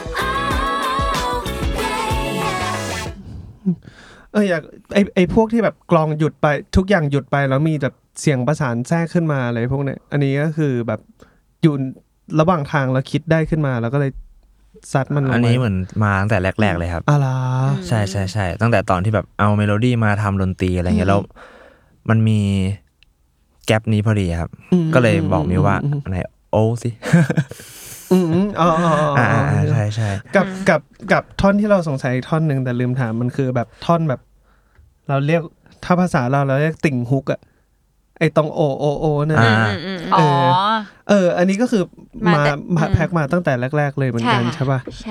Speaker 6: oh yeah yeah
Speaker 3: อยากไอพวกที่แบบกลองหยุดไปทุกอย่างหยุดไปแล้วมีแบบเสียงประสานแทรกขึ้นมาอะไรพวกเนี้ยอันนี้ก็คือแบบอยู่ระหว่างทางแล้วคิดได้ขึ้นมาแล้วก็เลยซัดมันลง
Speaker 5: อันนี้เหมือนมาตั้งแต่แรกๆเลยครับ
Speaker 3: อะไร
Speaker 5: ใช่ใช่ใช่ตั้งแต่ตอนที่แบบเอาเมโลดี้มาทำดนตรีอะไรเงี้ยแล้วมันมีแกปนี้พอดีครับ ก็เลยบอกมิวว่าไหนโอ้สิ
Speaker 3: อ๋อ
Speaker 5: ใช่ใช่
Speaker 3: กับท่อนที่เราสงสัยอีกท่อนหนึ่งแต่ลืมถามมันคือแบบท่อนแบบเราเรียกถ้าภาษาเราเรียกติ่งฮุกอะไอตรงโอเนี่ย
Speaker 4: อ๋อ
Speaker 3: อันนี้ก็คือมาแพ็คมาตั้งแต่แรกๆเลยเหมือนกันใช่ป่ะ
Speaker 4: ใช่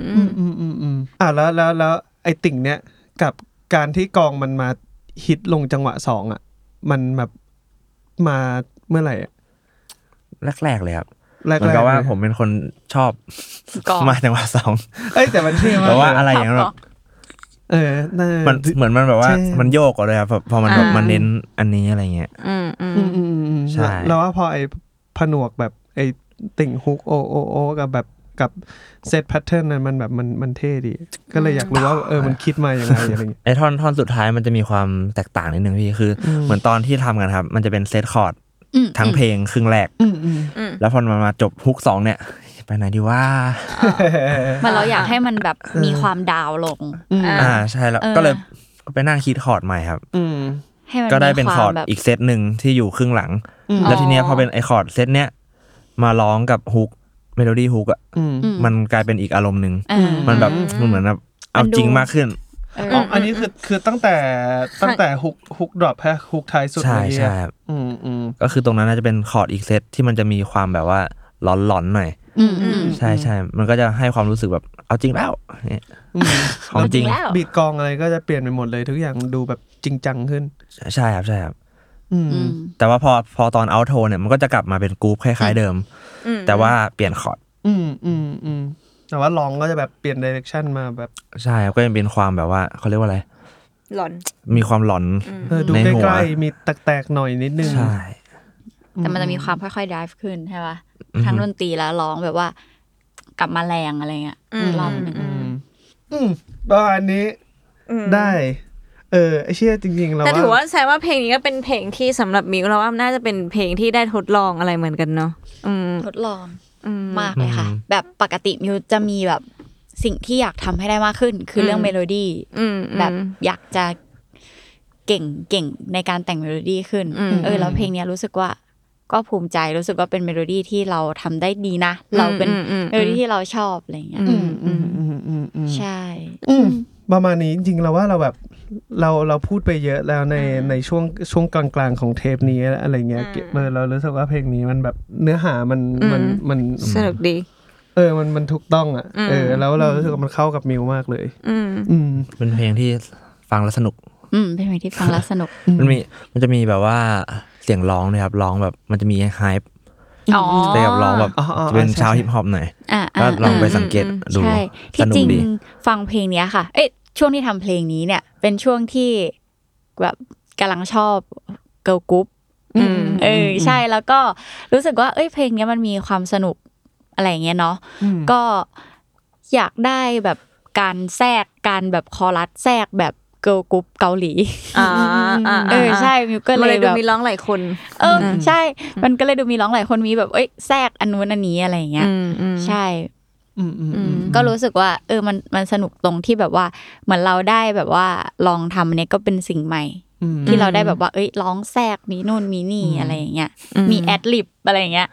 Speaker 3: แล้วไอติ่งเนี้ยกับการที่กองมันมาฮิตลงจังหวะสองอะมันแบบมาเมื่อไหร่อะ
Speaker 5: แรกๆเลยครับ
Speaker 3: แรกๆ
Speaker 5: เหมือนกับว่า
Speaker 3: เลย
Speaker 5: ผมเป็นคนชอบ
Speaker 4: กอง
Speaker 5: มาจังหวะสอง
Speaker 3: แต่มันเท่มาก
Speaker 5: แต่ว่าอะไรอย่างเงี้ยแบบ มันเหมือนมันแบบว่า
Speaker 3: ใช่
Speaker 5: มันโยกกว่าเลยครับพอมันแบบมันเน้นอันนี้อะไรเงี้ย ใช่
Speaker 3: แล้วว่าพอไอผนวกแบบไอติ่งฮุกโอกับแบบกับเซตแพทเทิร์นนั้นมันแบบมันเท่ดี ก็เลยอยากรู้ว่ามันคิดมาอย่างไรอะไรเงี้ย
Speaker 5: ไอ้ท่อนสุดท้ายมันจะมีความแตกต่างนิดนึงพี่คืออเหมือนตอนที่ทำกันครับ มันจะเป็นเซตคอร์ดทั้งเพลงครึ่งแรกแล้วพอมันมาจบฮุกสองเนี่ยไปไหนดีว่า
Speaker 4: มันเราอยากให้มันแบบมีความดาวลง
Speaker 5: ใช่แล้วก็เลยไปนั่งคิดคอร์ดใหม่ครับ
Speaker 4: ให้มัน
Speaker 5: ก็ได้เป็น
Speaker 4: มี
Speaker 5: ค
Speaker 4: วา
Speaker 5: อ
Speaker 4: ม
Speaker 5: ร์ด
Speaker 4: แบบ
Speaker 5: อีกเซตหนึ่งที่อยู่ครึ่งหลัง แล้วทีเนี้ยพอเป็นไอคอร์ดเซตเนี้ยมาร้องกับฮุกเมโลดี้ฮุกอ่ะมันกลายเป็นอีกอารมณ์หนึ่งมันแบบมันเหมือนแบบเอาจริงมากขึ้น
Speaker 3: อันนี้คือตั้งแต่ฮุกดรอปแพ้ฮุกท้ายสุด
Speaker 5: ใช่
Speaker 3: เลย
Speaker 5: ใช่ครับก็คือตรงนั้นน่าจะเป็นคอร์ดอีกเซตที่มันจะมีความแบบว่าหลอนๆหน่อยใช่ใช่มันก็จะให้ความรู้สึกแบบเอาจริงแล้วเนี่ยของจริง
Speaker 3: บีทกองอะไรก็จะเปลี่ยนไปหมดเลยทุกอย่างดูแบบจริงจังขึ้น
Speaker 5: ใช่ครับใช่ครับแต่ว่าพอตอนเอาโทเนี่ยมันก็จะกลับมาเป็นกรุ๊ปคล้ายๆเดิมแต่ว่าเปลี่ยนคอร์ด
Speaker 3: แต่ว่าร้องก็จะแบบเปลี่ยนไดเรคชั่นมาแบบ
Speaker 5: ใช่ครับก็ยังเป็นความแบบว่าเขาเรียกว่าอะไร
Speaker 2: หลอน
Speaker 5: มีความหลอน
Speaker 3: ดู
Speaker 5: ใน
Speaker 3: ใก
Speaker 5: หัว
Speaker 3: ล้ๆมีแตกๆหน่อยนิดนึง
Speaker 5: ใช่
Speaker 4: แต่มันจะมีความค่อยๆ drive ขึ้นใช่ป่ะทั้งดนตรีแล้วร้องแบบว่ากลับมาแรงอะไรเงี้ยรอบนึง
Speaker 3: ประมาณนี้ได้ไอเชี่ยจริงๆแล้ว
Speaker 2: แต่ถือว่าแสดงว่าเพลงนี้ก็เป็นเพลงที่สำหรับมิวเราว่าน่าจะเป็นเพลงที่ได้ทดลองอะไรเหมือนกันเนาะ
Speaker 4: ทดลองมากเลยค่ะ แบบปกติมิวจะมีแบบสิ่งที่อยากทำให้ได้มากขึ้น คือเรื่องเมโลดี้แบบอยากจะเก่งในการแต่งเมโลดี้ขึ้นแล้วเพลงนี้รู้สึกว่าก็ภูมิใจรู้สึกว่าเป็นเมโลดี้ที่เราทำได้ดีนะเราเป็นเมโลดี้ที่เราชอบอะไรเงี้ยใช่
Speaker 3: ประมาณนี้จริงๆเราว่าเราแบบเราพูดไปเยอะแล้วในช่วงกลางๆของเทปนี้อะไรเงี้ยเรารู้สึกว่าเพลงนี้มันแบบเนื้อหามัน
Speaker 2: สนุกดี
Speaker 3: มันถูกต้องอ่ะแล้วเรารู้สึกว่ามันเข้ากับมิวมากเลย
Speaker 5: เป็นเพลงที่ฟังแล้วสนุก
Speaker 4: เป็นเพลงที่ฟังแล้วสนุก
Speaker 5: มันจะมีแบบว่าเสียงร้องนะครับร้องแบบมันจะมีไฮป์แต่แบบร้องแบบจะเป็นชาวฮิปฮอปหน่อยก็ลองไปสังเกตดู
Speaker 4: ใช่
Speaker 5: ส
Speaker 4: ที่
Speaker 5: นุ
Speaker 4: จ
Speaker 5: ก
Speaker 4: ริง
Speaker 5: ดี
Speaker 4: ฟังเพลงเนี้ยค่ะช่วงที่ทำเพลงนี้เนี่ยเป็นช่วงที่แบบกำลังชอบเกิร์ลกรุ๊ปใช่แล้วก็รู้สึกว่าเพลงนี้มันมีความสนุกอะไรอย่างเงี้ยเนาะก็อยากได้แบบการแทรกการแบบคอรัสแทรกแบบเกิร์ลกรุ๊ปเกาหลีใช่มิวก็เลยแบบ
Speaker 2: มีร้องหลายคน
Speaker 4: ใช่มันก็เลยดูมีร้องหลายคนมีแบบแทรกอันนู้นอันนี้อะไรอย่างเงี้ยใช่ก็รู้สึกว่ามันสนุกตรงที่แบบว่าเหมือนเราได้แบบว่าลองทำเนี่ยก็เป็นสิ่งใหม่ที่เราได้แบบว่าร้องแทรกมีนู่นมีนี่อะไรอย่างเงี้ยมีแอดลิบอะไรอย่างเงี้ย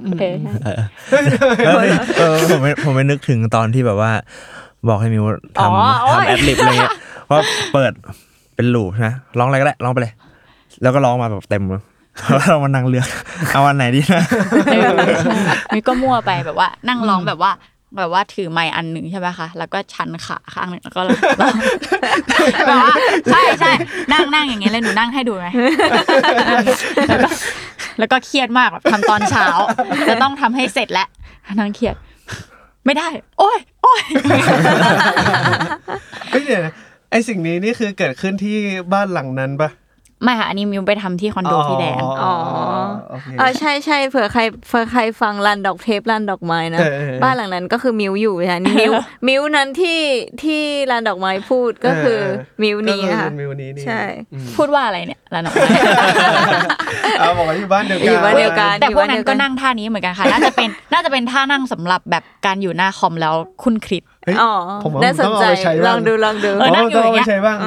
Speaker 5: ผมไม่นึกถึงตอนที่แบบว่าบอกให้มิวทำแอดลิบอะไรเงี้ยเพราะเปิดเป็นลูปนะร้องอะไรก็ได้ร้องไปเลยแล้วก็ร้องมาแบบเต็มเลยเรามานั่งเลือกเอาวันไหนดีนะ
Speaker 4: มีก็มั่วไปแบบว่านั่งร้องแบบว่าถือไมค์อันหนึ่งใช่ไหมคะแล้วก็ชันขาข้างนึงแล้วก็แบบว่าใช่นั่งอย่างเงี้ยเลยหนูนั่งให้ดูไหมแล้วก็เครียดมากแบบทำตอนเช้าจะต้องทำให้เสร็จแล้วนั่งเครียดไม่ได้โอ้ย
Speaker 3: เดี๋ยวนะไอสิ่งนี้นี่คือเกิดขึ้นที่บ้านหลังนั้นปะ
Speaker 4: ไม่ค่ะอันนี้มิวไปทำที่คอนโดพี่แดน
Speaker 2: ใช่เผื่อใครฟังรันดอกเทปรันดอกไม้นะบ้านหลังนั้นก็คือมิวอยู่นะมิวนั้นที่รันดอกไม้พูดก็คือมิวนี้นะคะใช่
Speaker 4: พูดว่าอะไรเนี่ยรันดอกไม้
Speaker 3: บอกว่าอยู่บ้านเดียวกัน
Speaker 4: แต่พวกนั้นก็นั่งท่านี้เหมือนกันค่ะน่าจะเป็นท่านั่งสำหรับแบบการอยู่หน้าคอมแล้วคุณคริส
Speaker 2: น่าสนใจลองดู
Speaker 4: นั่งอยู่อย่างเงี้ย
Speaker 3: ใช้บ้าง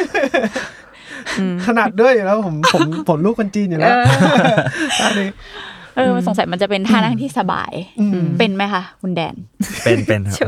Speaker 3: ถนัดด้วยอยู่แล้วผมลูกคนจีนอยู่แล้ว
Speaker 4: มันสงสัยมันจะเป็นท่านั่งที่สบายเป็นไหมคะคุณแดน
Speaker 5: เป็นครับ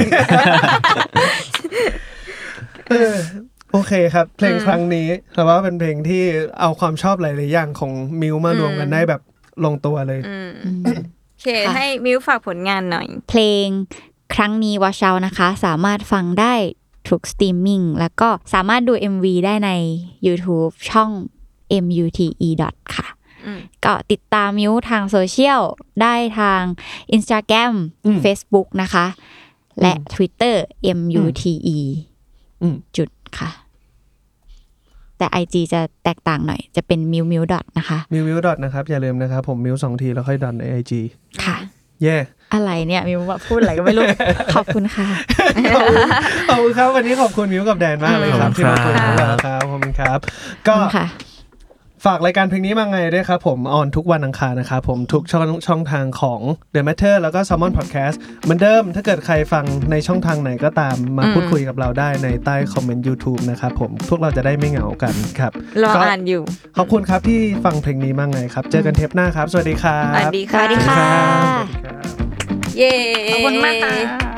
Speaker 3: โอเคครับเพลงครั้งนี้แต่ว่าเป็นเพลงที่เอาความชอบหลายๆอย่างของมิวมารวมกันได้แบบลงตัวเลย
Speaker 2: โอเคให้มิวฝากผลงานหน่อย
Speaker 4: เพลงครั้งนี้วอชเอานะคะสามารถฟังได้ทุกสตรีมมิ่งแล้วก็สามารถดู MV ได้ใน YouTube ช่อง mute. ค่ะก็ติดตามมิวทางโซเชียลได้ทาง Instagram Facebook นะคะและ Twitter mute. จุดค่ะแต่ IG จะแตกต่างหน่อยจะเป็น miuนะคะ
Speaker 3: miuนะครับอย่าลืมนะครับผมมิว2ทีแล้วค่อยดันใน IG
Speaker 4: ค่ะ
Speaker 3: อะไร
Speaker 4: เนี่ยมิวพูดอะไรก็ไม่รู้ขอบคุณค่ะ
Speaker 3: ขอบคุณครับวันนี้ขอบคุณมิวกับแดนมากเลยครับที่มาคุยกับเราครับขอบคุณครับก็ฝากรายการเพลงนี้มาไงด้วยครับผมออนทุกวันอังคารนะครับผมทุกช่องทางของ The Matter แล้วก็ Salmon Podcast เหมือนเดิมถ้าเกิดใครฟังในช่องทางไหนก็ตามมาพูดคุยกับเราได้ในใต้คอมเมนต์ YouTube นะครับผมพวกเราจะได้ไม่เหงากันครับ
Speaker 2: รออ่านอยู่
Speaker 3: ขอบคุณครับที่ฟังเพลงนี้มาไงครับเจอกันเทปหน้าครับสวัสดีครับ
Speaker 2: สวัสดีค่ะ
Speaker 4: สวัสดีค่ะ
Speaker 2: เย้
Speaker 4: ขอบคุณมากค่ะ